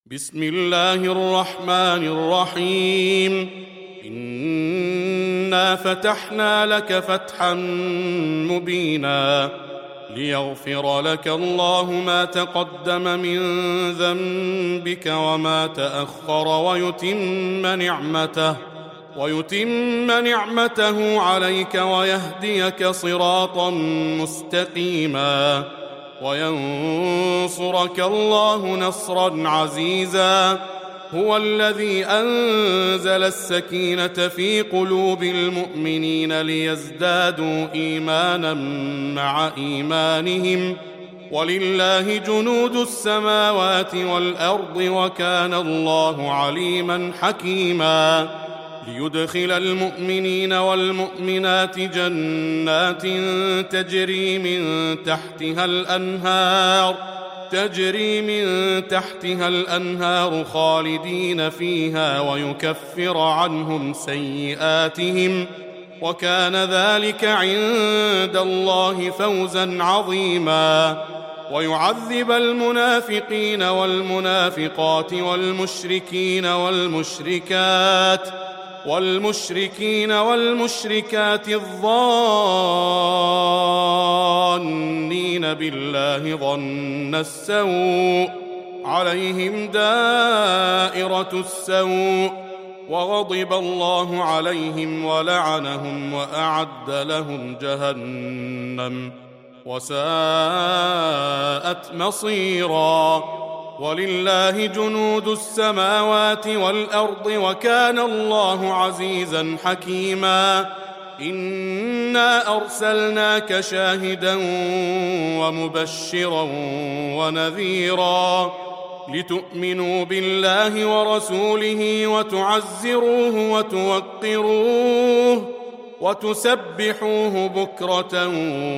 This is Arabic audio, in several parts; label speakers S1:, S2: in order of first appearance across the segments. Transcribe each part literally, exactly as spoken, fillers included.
S1: بسم الله الرحمن الرحيم. إنا فتحنا لك فتحا مبينا ليغفر لك الله ما تقدم من ذنبك وما تأخر ويتم نعمته ويتم نعمته عليك ويهديك صراطا مستقيما وينصرك الله نصرا عزيزا. هو الذي أنزل السكينة في قلوب المؤمنين ليزدادوا إيمانا مع إيمانهم ولله جنود السماوات والأرض وكان الله عليما حكيما. ليدخل المؤمنين والمؤمنات جنات تجري من تحتها الأنهار تجري من تحتها الأنهار خالدين فيها ويكفر عنهم سيئاتهم وكان ذلك عند الله فوزا عظيما. ويعذب المنافقين والمنافقات والمشركين والمشركات والمشركين والمشركات الظانين بالله ظن السوء عليهم دائرة السوء وغضب الله عليهم ولعنهم وأعد لهم جهنم وساءت مصيرا. ولله جنود السماوات والأرض وكان الله عزيزا حكيما. إنا أرسلناك شاهدا ومبشرا ونذيرا لتؤمنوا بالله ورسوله وتعزروه وتوقروه وتسبحوه بكرة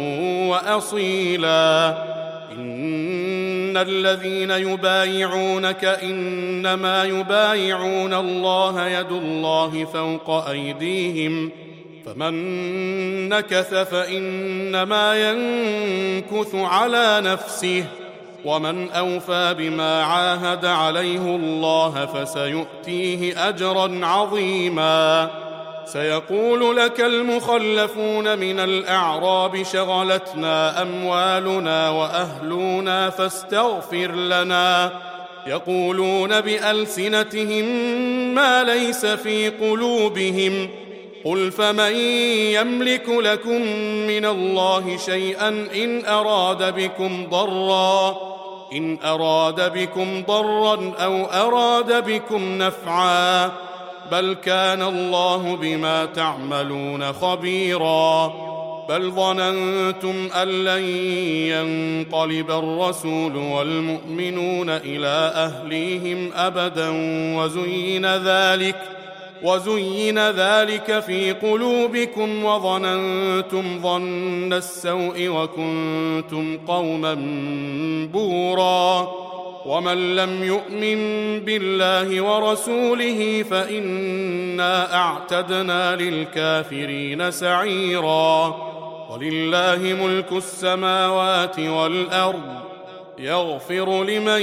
S1: وأصيلا. إن الذين يبايعونك إنما يبايعون الله يد الله فوق أيديهم فمن نكث فإنما ينكث على نفسه ومن أوفى بما عاهد عليه الله فسيؤتيه أجرا عظيما. سيقول لك المخلفون من الأعراب شغلتنا أموالنا وأهلنا فاستغفر لنا يقولون بألسنتهم ما ليس في قلوبهم قل فمن يملك لكم من الله شيئا إن أراد بكم ضرا إن أراد بكم ضرا أو أراد بكم نفعا بل كان الله بما تعملون خبيرا. بل ظننتم أن لن ينقلب الرسول والمؤمنون إلى أهليهم أبدا وزين ذلك وزين ذلك في قلوبكم وظننتم ظن السوء وكنتم قوما بورا. ومن لم يؤمن بالله ورسوله فإنا أعتدنا للكافرين سعيرا. ولله ملك السماوات والأرض يغفر لمن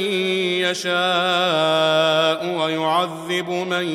S1: يشاء ويعذب من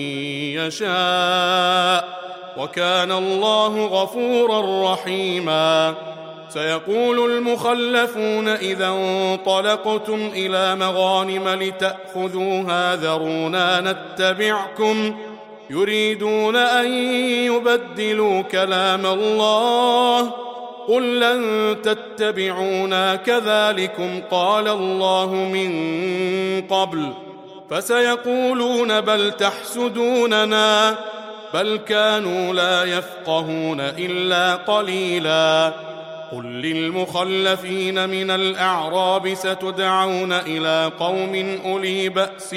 S1: يشاء وكان الله غفورا رحيما. سيقول المخلفون إذا انطلقتم إلى مغانم لتأخذوها ذرونا نتبعكم يريدون أن يبدلوا كلام الله قل لن تتبعونا كذلكم قال الله من قبل فسيقولون بل تحسدوننا بل كانوا لا يفقهون إلا قليلا. قل للمخلفين من الأعراب ستدعون إلى قوم أولي بأس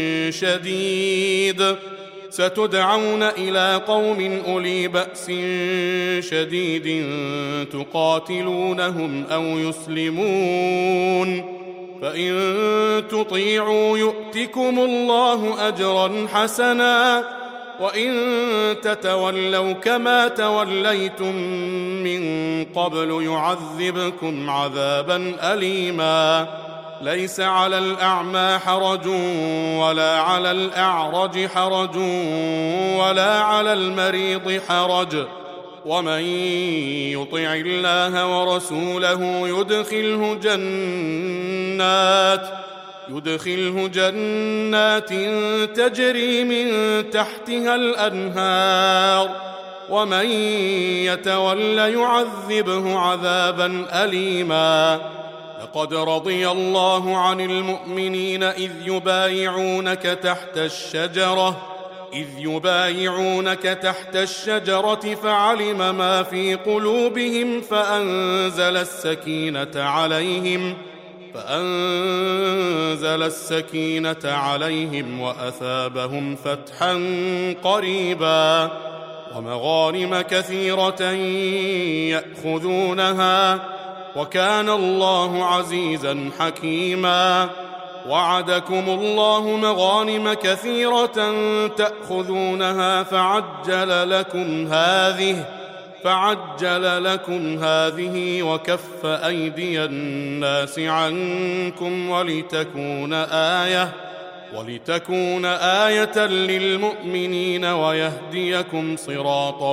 S1: شديد ستدعون إلى قوم أولي بأس شديد تقاتلونهم أو يسلمون فإن تطيعوا يؤتكم الله أجرا حسنا وإن تتولوا كما توليتم من قبل يعذبكم عذابا أليما ليس على الأعمى حرج ولا على الأعرج حرج ولا على المريض حرج ومن يطع الله ورسوله يدخله جنات يدخله جنات تجري من تحتها الأنهار ومن يتول يعذبه عذابا أليما. لقد رضي الله عن المؤمنين إذ يبايعونك تحت الشجرة إذ يبايعونك تحت الشجرة فعلم ما في قلوبهم فأنزل السكينة عليهم فأنزل السكينة عليهم وأثابهم فتحا قريبا ومغانم كثيرة يأخذونها وكان الله عزيزا حكيما. وعدكم الله مغانم كثيرة تأخذونها فعجل لكم هذه فعجل لكم هذه وكف أيدي الناس عنكم ولتكون آية ولتكون آية للمؤمنين ويهديكم صراطا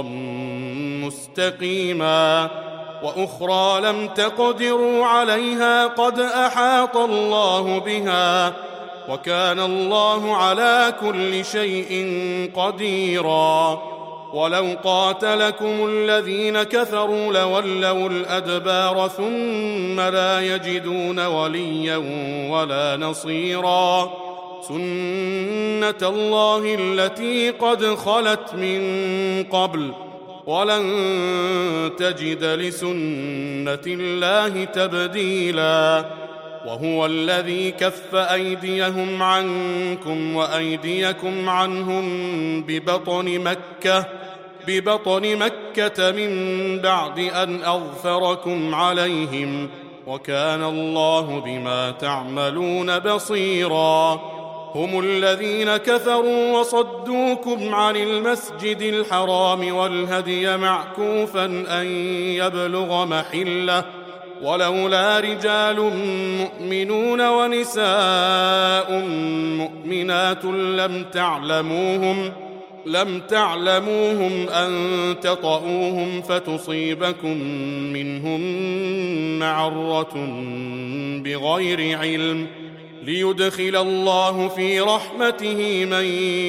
S1: مستقيما. وأخرى لم تقدروا عليها قد أحاط الله بها وكان الله على كل شيء قديرا. ولو قاتلكم الذين كفروا لولوا الأدبار ثم لا يجدون وليا ولا نصيرا. سنة الله التي قد خلت من قبل ولن تجد لسنة الله تبديلا. وهو الذي كف أيديهم عنكم وأيديكم عنهم ببطن مكة ببطن مكة من بعد أن أظفركم عليهم وكان الله بما تعملون بصيرا. هم الذين كفروا وصدوكم عن المسجد الحرام والهدي معكوفا أن يبلغ محله ولولا رجال مؤمنون ونساء مؤمنات لم تعلموهم لم تعلموهم أن تطؤوهم فتصيبكم منهم معرة بغير علم ليدخل الله في رحمته من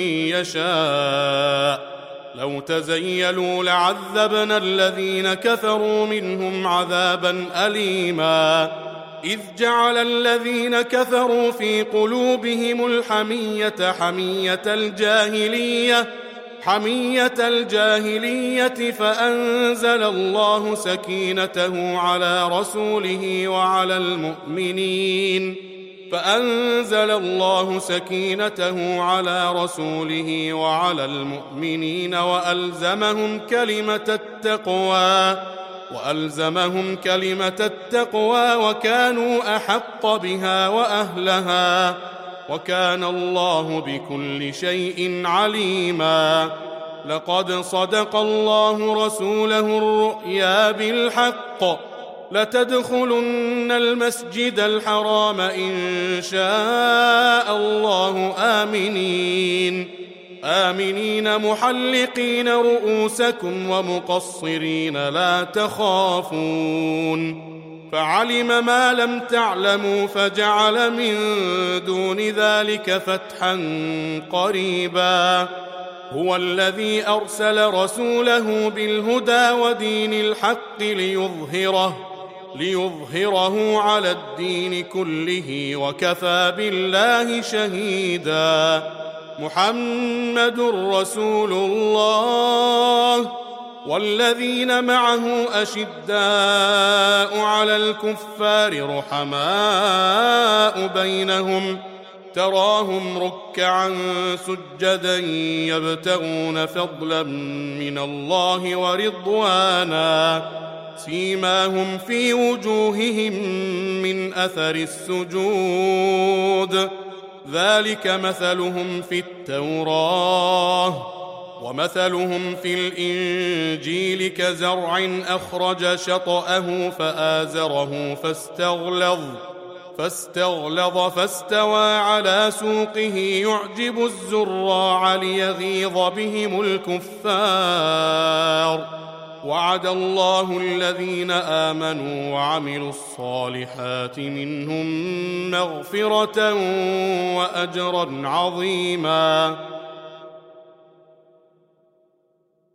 S1: يشاء. لو تزيلوا لعذبنا الذين كفروا منهم عذابا أليما. إذ جعل الذين كفروا في قلوبهم الحمية حمية الجاهلية حمية الجاهلية فأنزل الله سكينته على رسوله وعلى المؤمنين فأنزل الله سكينته على رسوله وعلى المؤمنين وألزمهم كلمة التقوى وألزمهم كلمة التقوى وكانوا أحق بها وأهلها وكان الله بكل شيء عليما. لقد صدق الله رسوله الرؤيا بالحق لتدخلن المسجد الحرام إن شاء الله آمنين آمنين محلقين رؤوسكم ومقصرين لا تخافون فعلم ما لم تعلموا فجعل من دون ذلك فتحا قريبا. هو الذي أرسل رسوله بالهدى ودين الحق ليظهره ليظهره على الدين كله وكفى بالله شهيدا. محمد رسول الله والذين معه أشداء على الكفار رحماء بينهم تراهم ركعا سجدا يبتغون فضلا من الله ورضوانا سيماهم في وجوههم من أثر السجود ذلك مثلهم في التوراة ومثلهم في الإنجيل كزرع أخرج شطأه فآزره فاستغلظ فاستغلظ فاستوى على سوقه يعجب الزراع ليغيظ بهم الكفار. وعد الله الذين آمنوا وعملوا الصالحات منهم مغفرة وأجرا عظيما.